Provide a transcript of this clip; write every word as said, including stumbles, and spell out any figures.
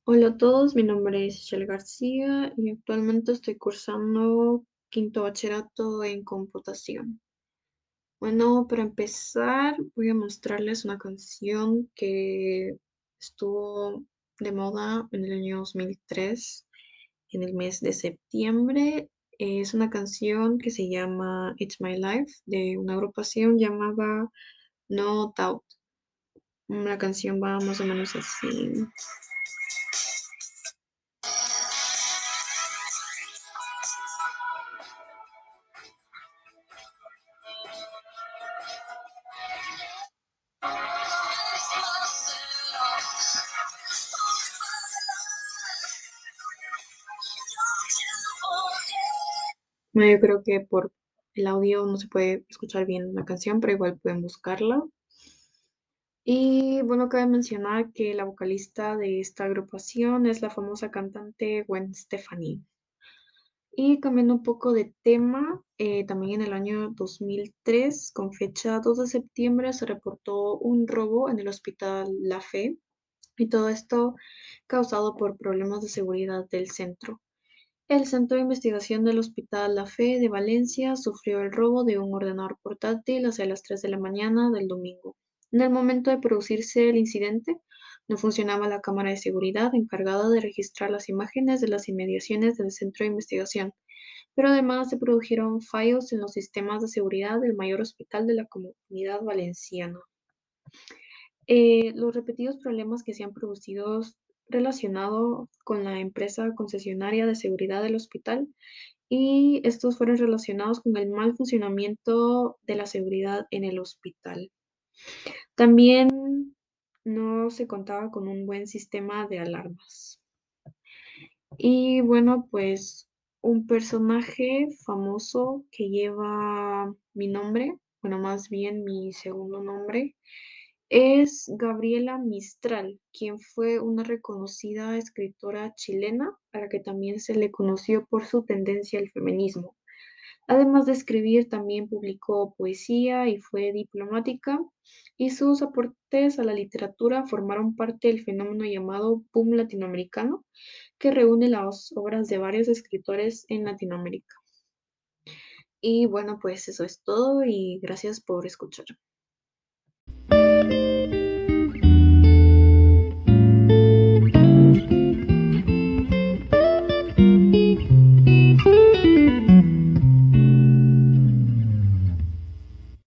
Hola a todos, mi nombre es Shell García y actualmente estoy cursando quinto bachillerato en computación. Bueno, para empezar voy a mostrarles una canción que estuvo de moda en el año dos mil tres, en el mes de septiembre. Es una canción que se llama It's My Life, de una agrupación llamada No Doubt. La canción va más o menos así. Bueno, yo creo que por el audio no se puede escuchar bien la canción, pero igual pueden buscarla. Y bueno, cabe mencionar que la vocalista de esta agrupación es la famosa cantante Gwen Stefani. Y cambiando un poco de tema, eh, también en el año dos mil tres, con fecha dos de septiembre, se reportó un robo en el Hospital La Fe, y todo esto causado por problemas de seguridad del centro. El Centro de Investigación del Hospital La Fe de Valencia sufrió el robo de un ordenador portátil hacia las tres de la mañana del domingo. En el momento de producirse el incidente, no funcionaba la cámara de seguridad encargada de registrar las imágenes de las inmediaciones del centro de investigación, pero además se produjeron fallos en los sistemas de seguridad del mayor hospital de la Comunidad Valenciana. Eh, los repetidos problemas que se han producido relacionados con la empresa concesionaria de seguridad del hospital, y estos fueron relacionados con el mal funcionamiento de la seguridad en el hospital. También no se contaba con un buen sistema de alarmas. Y bueno, pues un personaje famoso que lleva mi nombre, bueno, más bien mi segundo nombre, es Gabriela Mistral, quien fue una reconocida escritora chilena a la que también se le conoció por su tendencia al feminismo. Además de escribir, también publicó poesía y fue diplomática, y sus aportes a la literatura formaron parte del fenómeno llamado boom latinoamericano, que reúne las obras de varios escritores en Latinoamérica. Y bueno, pues eso es todo y gracias por escuchar.